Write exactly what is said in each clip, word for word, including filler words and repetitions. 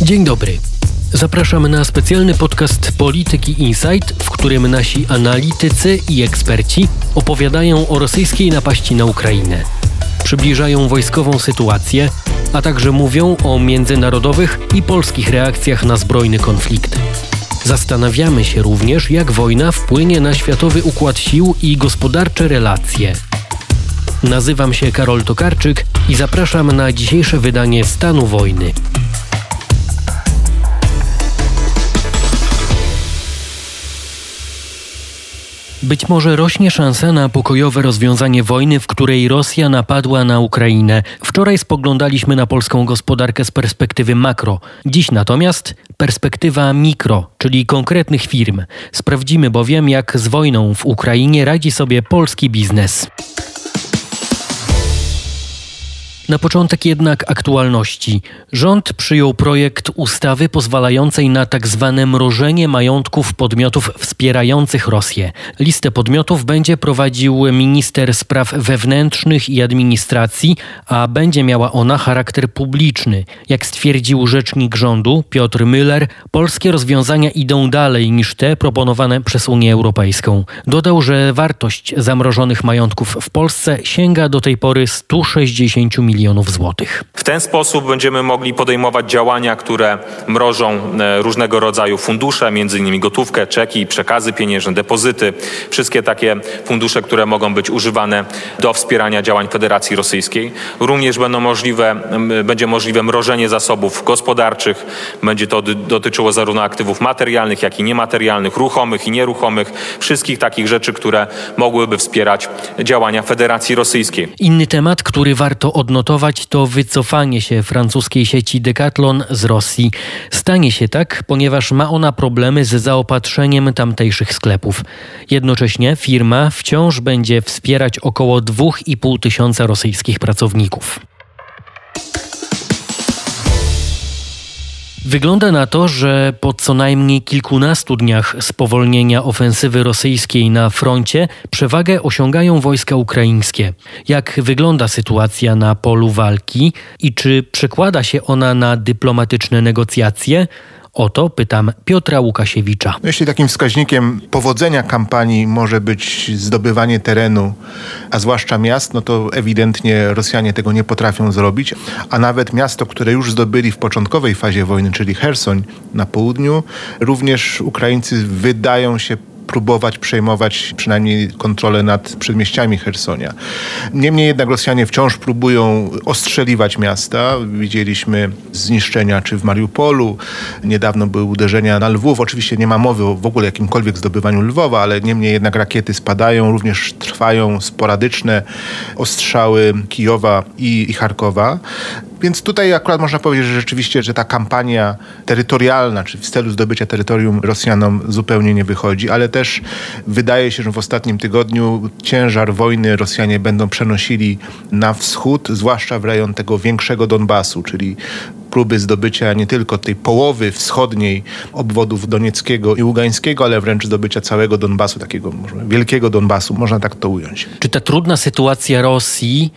Dzień dobry. Zapraszam na specjalny podcast Polityki Insight, w którym nasi analitycy i eksperci opowiadają o rosyjskiej napaści na Ukrainę. Przybliżają wojskową sytuację, a także mówią o międzynarodowych i polskich reakcjach na zbrojny konflikt. Zastanawiamy się również, jak wojna wpłynie na światowy układ sił i gospodarcze relacje. Nazywam się Karol Tokarczyk i zapraszam na dzisiejsze wydanie Stanu Wojny. Być może rośnie szansa na pokojowe rozwiązanie wojny, w której Rosja napadła na Ukrainę. Wczoraj spoglądaliśmy na polską gospodarkę z perspektywy makro. Dziś natomiast perspektywa mikro, czyli konkretnych firm. Sprawdzimy bowiem, jak z wojną w Ukrainie radzi sobie polski biznes. Na początek jednak aktualności. Rząd przyjął projekt ustawy pozwalającej na tak zwane mrożenie majątków podmiotów wspierających Rosję. Listę podmiotów będzie prowadził minister spraw wewnętrznych i administracji, a będzie miała ona charakter publiczny. Jak stwierdził rzecznik rządu Piotr Müller, polskie rozwiązania idą dalej niż te proponowane przez Unię Europejską. Dodał, że wartość zamrożonych majątków w Polsce sięga do tej pory sto sześćdziesiąt milionów złotych. W ten sposób będziemy mogli podejmować działania, które mrożą różnego rodzaju fundusze, między innymi gotówkę, czeki, przekazy pieniężne, depozyty, wszystkie takie fundusze, które mogą być używane do wspierania działań Federacji Rosyjskiej. Również będą możliwe, będzie możliwe mrożenie zasobów gospodarczych. Będzie to dotyczyło zarówno aktywów materialnych, jak i niematerialnych, ruchomych i nieruchomych, wszystkich takich rzeczy, które mogłyby wspierać działania Federacji Rosyjskiej. Inny temat, który warto odnotować, to wycofanie się francuskiej sieci Decathlon z Rosji. Stanie się tak, ponieważ ma ona problemy z zaopatrzeniem tamtejszych sklepów. Jednocześnie firma wciąż będzie wspierać około dwa i pół tysiąca rosyjskich pracowników. Wygląda na to, że po co najmniej kilkunastu dniach spowolnienia ofensywy rosyjskiej na froncie przewagę osiągają wojska ukraińskie. Jak wygląda sytuacja na polu walki i czy przekłada się ona na dyplomatyczne negocjacje? O to pytam Piotra Łukasiewicza. Jeśli takim wskaźnikiem powodzenia kampanii może być zdobywanie terenu, a zwłaszcza miast, no to ewidentnie Rosjanie tego nie potrafią zrobić, a nawet miasto, które już zdobyli w początkowej fazie wojny, czyli Cherson na południu, również Ukraińcy wydają się próbować przejmować przynajmniej kontrolę nad przedmieściami Chersonia. Niemniej jednak Rosjanie wciąż próbują ostrzeliwać miasta. Widzieliśmy zniszczenia czy w Mariupolu. Niedawno były uderzenia na Lwów. Oczywiście nie ma mowy o w ogóle jakimkolwiek zdobywaniu Lwowa, ale niemniej jednak rakiety spadają. Również trwają sporadyczne ostrzały Kijowa i, i Charkowa. Więc tutaj akurat można powiedzieć, że rzeczywiście, że ta kampania terytorialna, czy w celu zdobycia terytorium Rosjanom zupełnie nie wychodzi, ale też wydaje się, że w ostatnim tygodniu ciężar wojny Rosjanie będą przenosili na wschód, zwłaszcza w rejon tego większego Donbasu, czyli próby zdobycia nie tylko tej połowy wschodniej obwodów Donieckiego i Ługańskiego, ale wręcz zdobycia całego Donbasu, takiego może wielkiego Donbasu, można tak to ująć. Czy ta trudna sytuacja Rosji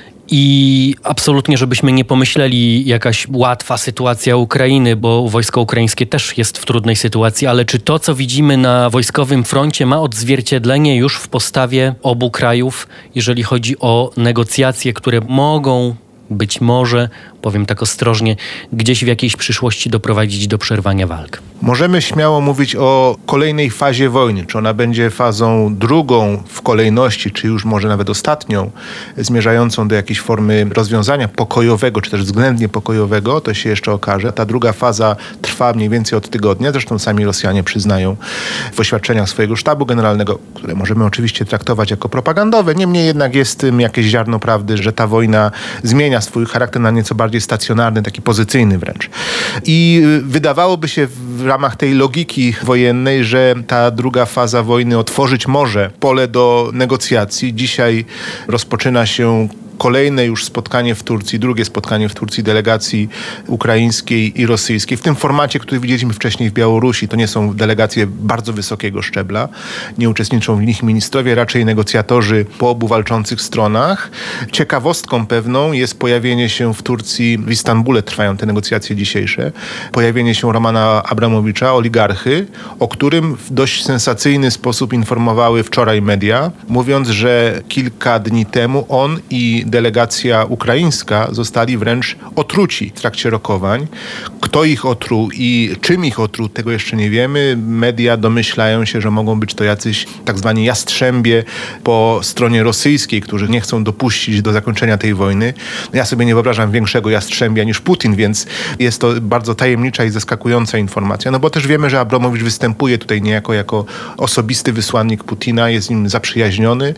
i absolutnie, żebyśmy nie pomyśleli jakaś łatwa sytuacja Ukrainy, bo wojsko ukraińskie też jest w trudnej sytuacji, ale czy to, co widzimy na wojskowym froncie, ma odzwierciedlenie już w postawie obu krajów, jeżeli chodzi o negocjacje, które mogą być może, powiem tak ostrożnie, gdzieś w jakiejś przyszłości doprowadzić do przerwania walk? Możemy śmiało mówić o kolejnej fazie wojny. Czy ona będzie fazą drugą w kolejności, czy już może nawet ostatnią, zmierzającą do jakiejś formy rozwiązania pokojowego, czy też względnie pokojowego, to się jeszcze okaże. Ta druga faza trwa mniej więcej od tygodnia. Zresztą sami Rosjanie przyznają w oświadczeniach swojego sztabu generalnego, które możemy oczywiście traktować jako propagandowe. Niemniej jednak jest w tym jakieś ziarno prawdy, że ta wojna zmienia swój charakter na nieco bardziej stacjonarny, taki pozycyjny wręcz. I wydawałoby się w ramach tej logiki wojennej, że ta druga faza wojny otworzyć może pole do negocjacji. Dzisiaj rozpoczyna się kolejne już spotkanie w Turcji, drugie spotkanie w Turcji delegacji ukraińskiej i rosyjskiej, w tym formacie, który widzieliśmy wcześniej w Białorusi. To nie są delegacje bardzo wysokiego szczebla, nie uczestniczą w nich ministrowie, raczej negocjatorzy po obu walczących stronach. Ciekawostką pewną jest pojawienie się w Turcji, w Istambule trwają te negocjacje dzisiejsze, pojawienie się Romana Abramowicza, oligarchy, o którym w dość sensacyjny sposób informowały wczoraj media, mówiąc, że kilka dni temu on i delegacja ukraińska zostali wręcz otruci w trakcie rokowań. Kto ich otruł i czym ich otruł, tego jeszcze nie wiemy. Media domyślają się, że mogą być to jacyś tak zwani jastrzębie po stronie rosyjskiej, którzy nie chcą dopuścić do zakończenia tej wojny. Ja sobie nie wyobrażam większego jastrzębia niż Putin, więc jest to bardzo tajemnicza i zaskakująca informacja. No bo też wiemy, że Abramowicz występuje tutaj niejako jako osobisty wysłannik Putina, jest z nim zaprzyjaźniony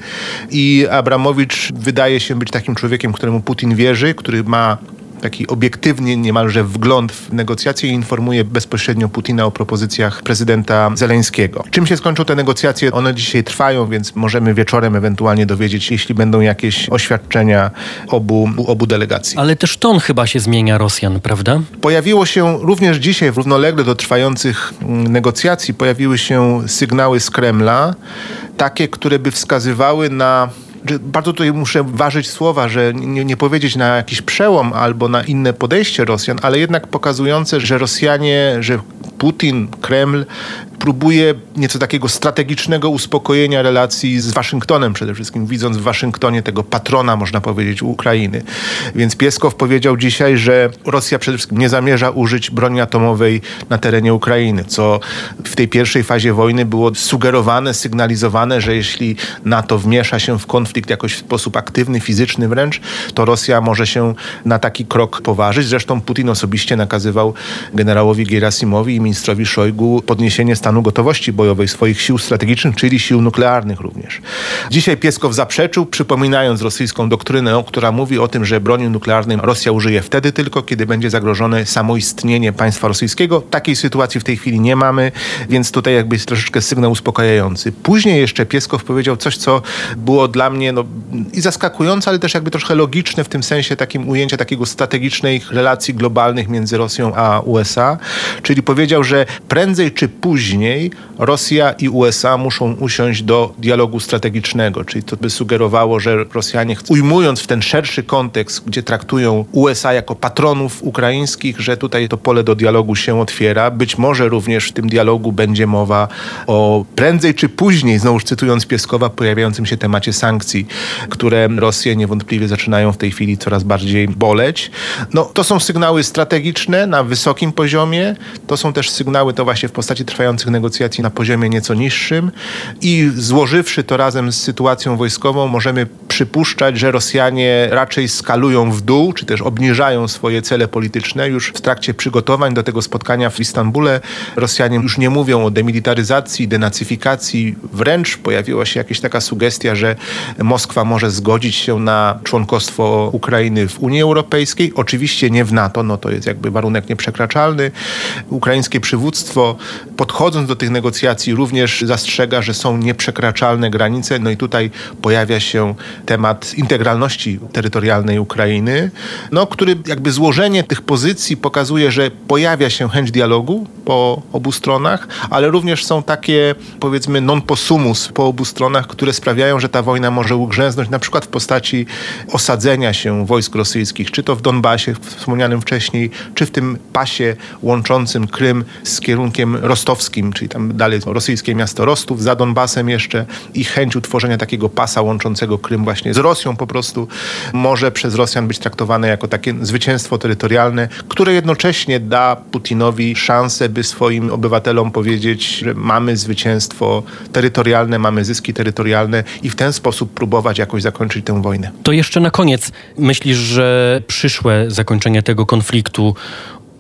i Abramowicz wydaje się być takim człowiekiem, któremu Putin wierzy, który ma taki obiektywnie niemalże wgląd w negocjacje i informuje bezpośrednio Putina o propozycjach prezydenta Zeleńskiego. Czym się skończą te negocjacje? One dzisiaj trwają, więc możemy wieczorem ewentualnie dowiedzieć się, jeśli będą jakieś oświadczenia obu, obu delegacji. Ale też ton chyba się zmienia Rosjan, prawda? Pojawiło się również dzisiaj, równolegle do trwających negocjacji, pojawiły się sygnały z Kremla, takie, które by wskazywały na... Bardzo tutaj muszę ważyć słowa, że nie, nie powiedzieć na jakiś przełom albo na inne podejście Rosjan, ale jednak pokazujące, że Rosjanie, że Putin, Kreml próbuje nieco takiego strategicznego uspokojenia relacji z Waszyngtonem przede wszystkim, widząc w Waszyngtonie tego patrona, można powiedzieć, Ukrainy. Więc Pieskow powiedział dzisiaj, że Rosja przede wszystkim nie zamierza użyć broni atomowej na terenie Ukrainy, co w tej pierwszej fazie wojny było sugerowane, sygnalizowane, że jeśli NATO wmiesza się w konflikt jakoś w sposób aktywny, fizyczny wręcz, to Rosja może się na taki krok poważyć. Zresztą Putin osobiście nakazywał generałowi Gerasimowi i ministrowi Szojgu podniesienie stanu gotowości bojowej swoich sił strategicznych, czyli sił nuklearnych również. Dzisiaj Pieskow zaprzeczył, przypominając rosyjską doktrynę, która mówi o tym, że broni nuklearnej Rosja użyje wtedy tylko, kiedy będzie zagrożone samoistnienie państwa rosyjskiego. Takiej sytuacji w tej chwili nie mamy, więc tutaj jakby jest troszeczkę sygnał uspokajający. Później jeszcze Pieskow powiedział coś, co było dla mnie no, i zaskakujące, ale też jakby troszkę logiczne w tym sensie takim ujęcia takiego strategicznej relacji globalnych między Rosją a U S A, czyli powiedział, że prędzej czy później Rosja i U S A muszą usiąść do dialogu strategicznego, czyli to by sugerowało, że Rosjanie, ujmując w ten szerszy kontekst, gdzie traktują U S A jako patronów ukraińskich, że tutaj to pole do dialogu się otwiera. Być może również w tym dialogu będzie mowa o prędzej czy później, znowuż cytując Pieskowa, pojawiającym się temacie sankcji, które Rosję niewątpliwie zaczynają w tej chwili coraz bardziej boleć. No, to są sygnały strategiczne na wysokim poziomie, to są też sygnały to właśnie w postaci trwających negocjacji na poziomie nieco niższym i złożywszy to razem z sytuacją wojskową, możemy przypuszczać, że Rosjanie raczej skalują w dół, czy też obniżają swoje cele polityczne. Już w trakcie przygotowań do tego spotkania w Istambule Rosjanie już nie mówią o demilitaryzacji, denacyfikacji, wręcz pojawiła się jakaś taka sugestia, że Moskwa może zgodzić się na członkostwo Ukrainy w Unii Europejskiej, oczywiście nie w NATO, no to jest jakby warunek nieprzekraczalny. Ukraińskie przywództwo podchodząc do tych negocjacji również zastrzega, że są nieprzekraczalne granice. No i tutaj pojawia się temat integralności terytorialnej Ukrainy, no, który jakby złożenie tych pozycji pokazuje, że pojawia się chęć dialogu po obu stronach, ale również są takie, powiedzmy, non possumus po obu stronach, które sprawiają, że ta wojna może ugrzęznąć na przykład w postaci osadzenia się wojsk rosyjskich, czy to w Donbasie wspomnianym wcześniej, czy w tym pasie łączącym Krym z kierunkiem rostowskim, czyli tam dalej rosyjskie miasto Rostów, za Donbasem jeszcze i chęć utworzenia takiego pasa łączącego Krym właśnie z Rosją po prostu może przez Rosjan być traktowane jako takie zwycięstwo terytorialne, które jednocześnie da Putinowi szansę, by swoim obywatelom powiedzieć, że mamy zwycięstwo terytorialne, mamy zyski terytorialne i w ten sposób próbować jakoś zakończyć tę wojnę. To jeszcze na koniec, myślisz, że przyszłe zakończenie tego konfliktu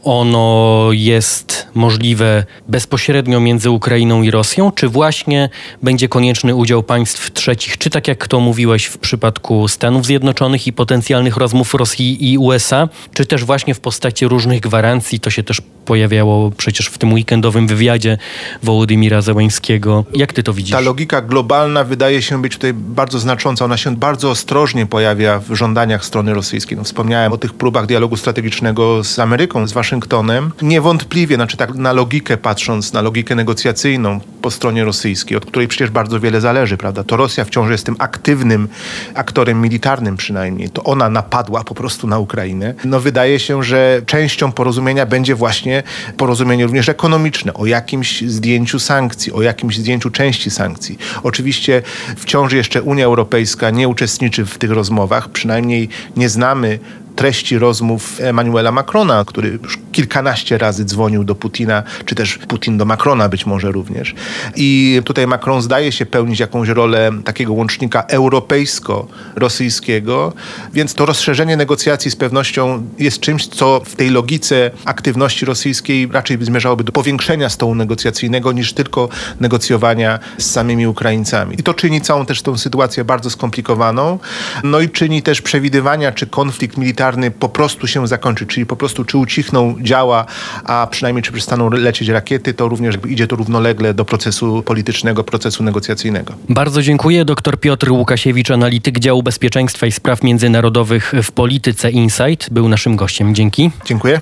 ono jest możliwe bezpośrednio między Ukrainą i Rosją, czy właśnie będzie konieczny udział państw trzecich, czy tak jak to mówiłeś w przypadku Stanów Zjednoczonych i potencjalnych rozmów Rosji i U S A, czy też właśnie w postaci różnych gwarancji, to się też pojawiało przecież w tym weekendowym wywiadzie Wołodymira Zełańskiego. Jak ty to widzisz? Ta logika globalna wydaje się być tutaj bardzo znacząca. Ona się bardzo ostrożnie pojawia w żądaniach strony rosyjskiej. No, wspomniałem o tych próbach dialogu strategicznego z Ameryką, z Waszyngtonem. Niewątpliwie, znaczy tak na logikę patrząc, na logikę negocjacyjną po stronie rosyjskiej, od której przecież bardzo wiele zależy, prawda? To Rosja wciąż jest tym aktywnym aktorem militarnym przynajmniej. To ona napadła po prostu na Ukrainę. No wydaje się, że częścią porozumienia będzie właśnie porozumienie również ekonomiczne, o jakimś zdjęciu sankcji, o jakimś zdjęciu części sankcji. Oczywiście wciąż jeszcze Unia Europejska nie uczestniczy w tych rozmowach, przynajmniej nie znamy treści rozmów Emmanuela Macrona, który już kilkanaście razy dzwonił do Putina, czy też Putin do Macrona być może również. I tutaj Macron zdaje się pełnić jakąś rolę takiego łącznika europejsko-rosyjskiego, więc to rozszerzenie negocjacji z pewnością jest czymś, co w tej logice aktywności rosyjskiej raczej zmierzałoby do powiększenia stołu negocjacyjnego niż tylko negocjowania z samymi Ukraińcami. I to czyni całą też tą sytuację bardzo skomplikowaną, no i czyni też przewidywania, czy konflikt militarny po prostu się zakończy, czyli po prostu czy ucichną działa, a przynajmniej czy przestaną lecieć rakiety, to również idzie to równolegle do procesu politycznego, procesu negocjacyjnego. Bardzo dziękuję. Doktor Piotr Łukasiewicz, analityk działu bezpieczeństwa i spraw międzynarodowych w Polityce Insight, był naszym gościem. Dzięki. Dziękuję.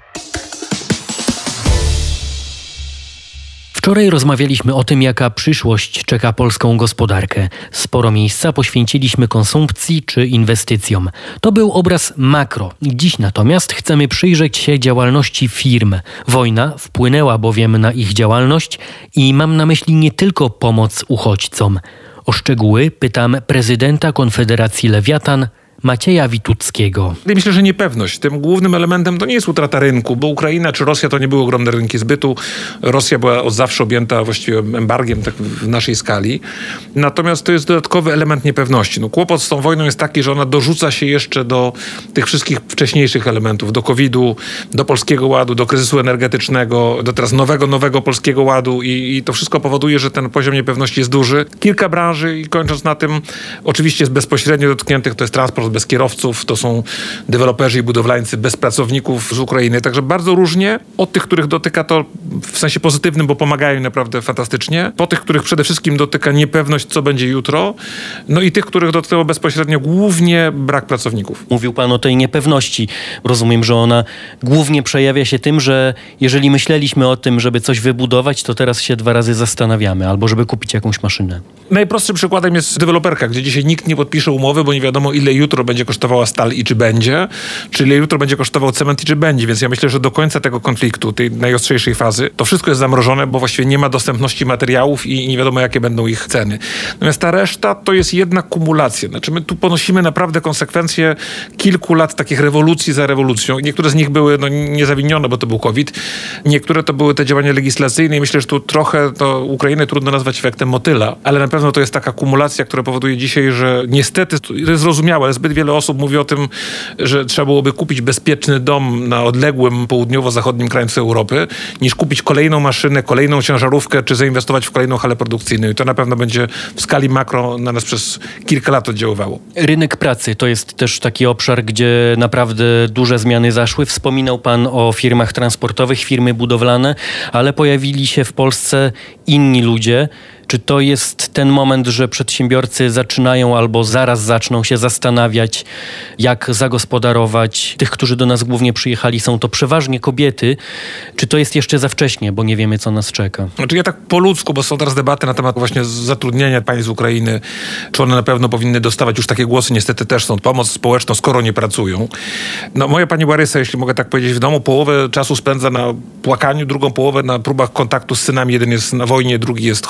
Wczoraj rozmawialiśmy o tym, jaka przyszłość czeka polską gospodarkę. Sporo miejsca poświęciliśmy konsumpcji czy inwestycjom. To był obraz makro. Dziś natomiast chcemy przyjrzeć się działalności firm. Wojna wpłynęła bowiem na ich działalność i mam na myśli nie tylko pomoc uchodźcom. O szczegóły pytam prezydenta Konfederacji Lewiatan, Macieja Wituckiego. Myślę, że niepewność. Tym głównym elementem to nie jest utrata rynku, bo Ukraina czy Rosja to nie były ogromne rynki zbytu. Rosja była od zawsze objęta właściwie embargiem tak w naszej skali. Natomiast to jest dodatkowy element niepewności. No, kłopot z tą wojną jest taki, że ona dorzuca się jeszcze do tych wszystkich wcześniejszych elementów. Do kowida, do Polskiego Ładu, do kryzysu energetycznego, do teraz nowego, nowego Polskiego Ładu i, i to wszystko powoduje, że ten poziom niepewności jest duży. Kilka branży i kończąc na tym, oczywiście jest bezpośrednio dotkniętych, to jest transport bez kierowców, to są deweloperzy i budowlańcy bez pracowników z Ukrainy. Także bardzo różnie od tych, których dotyka to w sensie pozytywnym, bo pomagają naprawdę fantastycznie, po tych, których przede wszystkim dotyka niepewność, co będzie jutro, no i tych, których dotykało bezpośrednio głównie brak pracowników. Mówił pan o tej niepewności. Rozumiem, że ona głównie przejawia się tym, że jeżeli myśleliśmy o tym, żeby coś wybudować, to teraz się dwa razy zastanawiamy, albo żeby kupić jakąś maszynę. Najprostszym przykładem jest deweloperka, gdzie dzisiaj nikt nie podpisze umowy, bo nie wiadomo, ile jutro będzie kosztowała stal i czy będzie, czy ile jutro będzie kosztował cement i czy będzie. Więc ja myślę, że do końca tego konfliktu, tej najostrzejszej fazy, to wszystko jest zamrożone, bo właściwie nie ma dostępności materiałów i nie wiadomo, jakie będą ich ceny. Natomiast ta reszta to jest jednak kumulacja. Znaczy my tu ponosimy naprawdę konsekwencje kilku lat takich rewolucji za rewolucją. Niektóre z nich były no, niezawinione, bo to był COVID. Niektóre to były te działania legislacyjne i myślę, że tu trochę to Ukrainę trudno nazwać efektem motyla, ale na pewno to jest taka kumulacja, która powoduje dzisiaj, że niestety to jest zrozumiałe, ale zbyt wiele osób mówi o tym, że trzeba byłoby kupić bezpieczny dom na odległym południowo-zachodnim krańcu Europy, niż kupić kolejną maszynę, kolejną ciężarówkę, czy zainwestować w kolejną halę produkcyjną. I to na pewno będzie w skali makro na nas przez kilka lat oddziaływało. Rynek pracy to jest też taki obszar, gdzie naprawdę duże zmiany zaszły. Wspominał pan o firmach transportowych, firmy budowlane, ale pojawili się w Polsce inni ludzie. Czy to jest ten moment, że przedsiębiorcy zaczynają albo zaraz zaczną się zastanawiać, jak zagospodarować tych, którzy do nas głównie przyjechali? Są to przeważnie kobiety. Czy to jest jeszcze za wcześnie, bo nie wiemy, co nas czeka? Znaczy ja tak po ludzku, bo są teraz debaty na temat właśnie zatrudnienia państw z Ukrainy, czy one na pewno powinny dostawać już takie głosy, niestety też są pomoc społeczną, skoro nie pracują. No moja pani Łarysa, jeśli mogę tak powiedzieć, w domu połowę czasu spędza na płakaniu, drugą połowę na próbach kontaktu z synami. Jeden jest na wojnie, drugi jest chory i nie może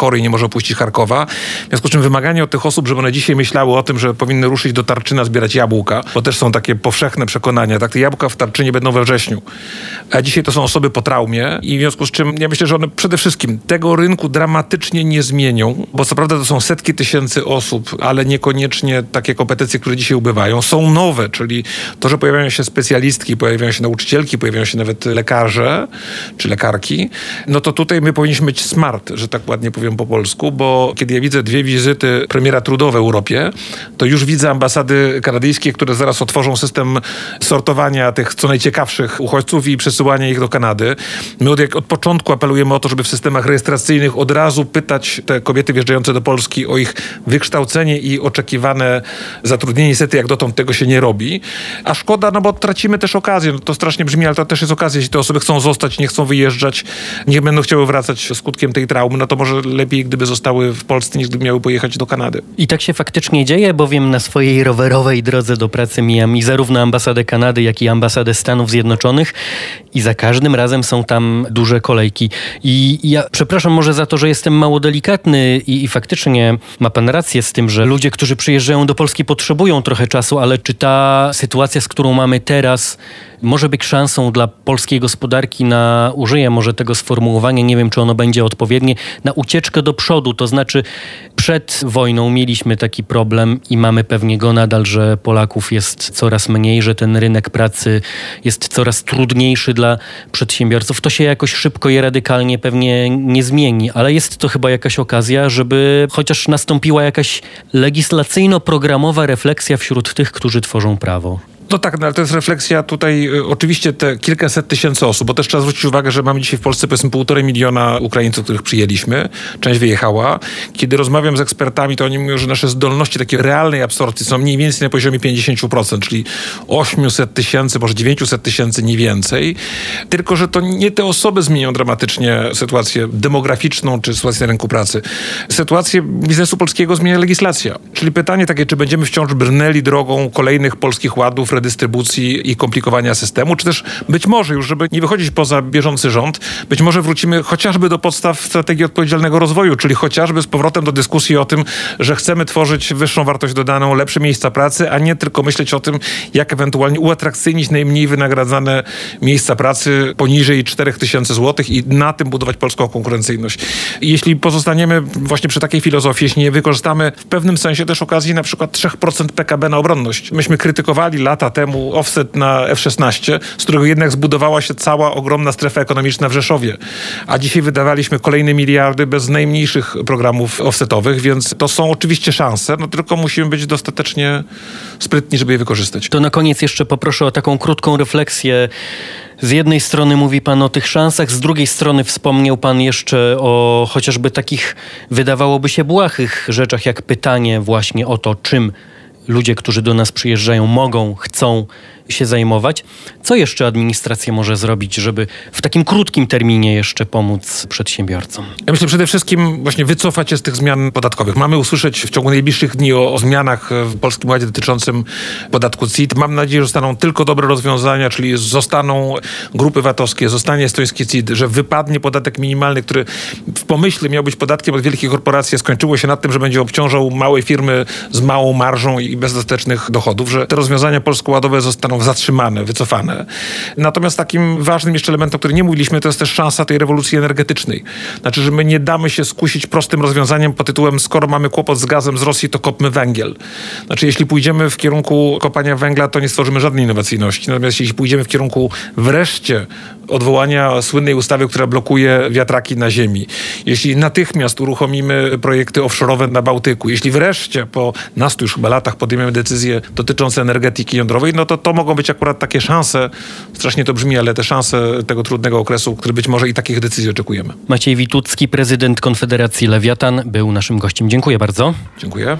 opuścić Charkowa. W związku z czym wymaganie od tych osób, żeby one dzisiaj myślały o tym, że powinny ruszyć do Tarczyna zbierać jabłka, bo też są takie powszechne przekonania, tak, te jabłka w Tarczynie będą we wrześniu. A dzisiaj to są osoby po traumie i w związku z czym ja myślę, że one przede wszystkim tego rynku dramatycznie nie zmienią, bo co prawda to są setki tysięcy osób, ale niekoniecznie takie kompetencje, które dzisiaj ubywają, są nowe, czyli to, że pojawiają się specjalistki, pojawiają się nauczycielki, pojawiają się nawet lekarze czy lekarki, no to tutaj my powinniśmy być smart, że tak ładnie powiem po polsku, bo kiedy ja widzę dwie wizyty premiera Trudeau w Europie, to już widzę ambasady kanadyjskie, które zaraz otworzą system sortowania tych co najciekawszych uchodźców i przesyłania ich do Kanady. My od, jak od początku apelujemy o to, żeby w systemach rejestracyjnych od razu pytać te kobiety wjeżdżające do Polski o ich wykształcenie i oczekiwane zatrudnienie. Niestety jak dotąd tego się nie robi. A szkoda, no bo tracimy też okazję. No to strasznie brzmi, ale to też jest okazja. Jeśli te osoby chcą zostać, nie chcą wyjeżdżać, nie będą chciały wracać skutkiem tej traumy, no to może lepiej, gdyby zostały w Polsce, niż gdyby miały pojechać do Kanady. I tak się faktycznie dzieje, bowiem na swojej rowerowej drodze do pracy mijam i zarówno ambasadę Kanady, jak i ambasadę Stanów Zjednoczonych i za każdym razem są tam duże kolejki. I ja przepraszam może za to, że jestem mało delikatny i, i faktycznie ma pan rację z tym, że ludzie, którzy przyjeżdżają do Polski, potrzebują trochę czasu, ale czy ta sytuacja, z którą mamy teraz, może być szansą dla polskiej gospodarki na, użyję może tego sformułowania, nie wiem, czy ono będzie odpowiednie, na ucieczkę do przodu, to znaczy przed wojną mieliśmy taki problem i mamy pewnie go nadal, że Polaków jest coraz mniej, że ten rynek pracy jest coraz trudniejszy dla przedsiębiorców. To się jakoś szybko i radykalnie pewnie nie zmieni, ale jest to chyba jakaś okazja, żeby chociaż nastąpiła jakaś legislacyjno-programowa refleksja wśród tych, którzy tworzą prawo. No tak, no ale to jest refleksja tutaj, y, oczywiście te kilkaset tysięcy osób, bo też trzeba zwrócić uwagę, że mamy dzisiaj w Polsce powiedzmy półtorej miliona Ukraińców, których przyjęliśmy, część wyjechała. Kiedy rozmawiam z ekspertami, to oni mówią, że nasze zdolności takiej realnej absorpcji są mniej więcej na poziomie pięćdziesiąt procent, czyli osiemset tysięcy, może dziewięćset tysięcy, nie więcej. Tylko, że to nie te osoby zmienią dramatycznie sytuację demograficzną, czy sytuację na rynku pracy. Sytuację biznesu polskiego zmienia legislacja. Czyli pytanie takie, czy będziemy wciąż brnęli drogą kolejnych polskich ładów, dystrybucji i komplikowania systemu, czy też być może już, żeby nie wychodzić poza bieżący rząd, być może wrócimy chociażby do podstaw strategii odpowiedzialnego rozwoju, czyli chociażby z powrotem do dyskusji o tym, że chcemy tworzyć wyższą wartość dodaną, lepsze miejsca pracy, a nie tylko myśleć o tym, jak ewentualnie uatrakcyjnić najmniej wynagradzane miejsca pracy poniżej cztery tysiące złotych i na tym budować polską konkurencyjność. I jeśli pozostaniemy właśnie przy takiej filozofii, jeśli nie wykorzystamy w pewnym sensie też okazji na przykład trzy procent P K B na obronność. Myśmy krytykowali lata temu offset na F szesnaście, z którego jednak zbudowała się cała ogromna strefa ekonomiczna w Rzeszowie. A dzisiaj wydawaliśmy kolejne miliardy bez najmniejszych programów offsetowych, więc to są oczywiście szanse, no tylko musimy być dostatecznie sprytni, żeby je wykorzystać. To na koniec jeszcze poproszę o taką krótką refleksję. Z jednej strony mówi pan o tych szansach, z drugiej strony wspomniał pan jeszcze o chociażby takich, wydawałoby się, błahych rzeczach, jak pytanie właśnie o to, czym ludzie, którzy do nas przyjeżdżają, mogą, chcą się zajmować. Co jeszcze administracja może zrobić, żeby w takim krótkim terminie jeszcze pomóc przedsiębiorcom? Ja myślę przede wszystkim właśnie wycofać się z tych zmian podatkowych. Mamy usłyszeć w ciągu najbliższych dni o, o zmianach w Polskim Ładzie dotyczącym podatku C I T. Mam nadzieję, że zostaną tylko dobre rozwiązania, czyli zostaną grupy VAT-owskie, zostanie estoński C I T, że wypadnie podatek minimalny, który w pomyśle miał być podatkiem od wielkich korporacji, skończyło się na tym, że będzie obciążał małe firmy z małą marżą i bez dostatecznych dochodów, że te rozwiązania polsko-ładowe zostaną zatrzymane, wycofane. Natomiast takim ważnym jeszcze elementem, o którym nie mówiliśmy, to jest też szansa tej rewolucji energetycznej. Znaczy, że my nie damy się skusić prostym rozwiązaniem pod tytułem, skoro mamy kłopot z gazem z Rosji, to kopmy węgiel. Znaczy, jeśli pójdziemy w kierunku kopania węgla, to nie stworzymy żadnej innowacyjności. Natomiast jeśli pójdziemy w kierunku wreszcie odwołania słynnej ustawy, która blokuje wiatraki na ziemi, jeśli natychmiast uruchomimy projekty offshore'owe na Bałtyku, jeśli wreszcie po nastu już chyba latach podejmiemy decyzje dotyczące energetyki jądrowej, no to to mogą być akurat takie szanse, strasznie to brzmi, ale te szanse tego trudnego okresu, który być może i takich decyzji oczekujemy. Maciej Witucki, prezydent Konfederacji Lewiatan, był naszym gościem. Dziękuję bardzo. Dziękuję.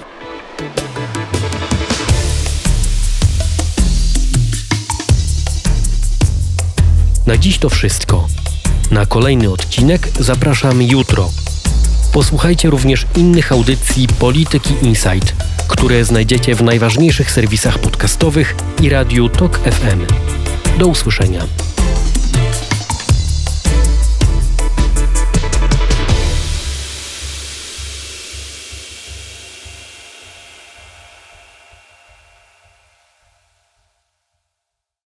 Na dziś to wszystko. Na kolejny odcinek zapraszam jutro. Posłuchajcie również innych audycji Polityki Insight, które znajdziecie w najważniejszych serwisach podcastowych i radiu Tok F M. Do usłyszenia.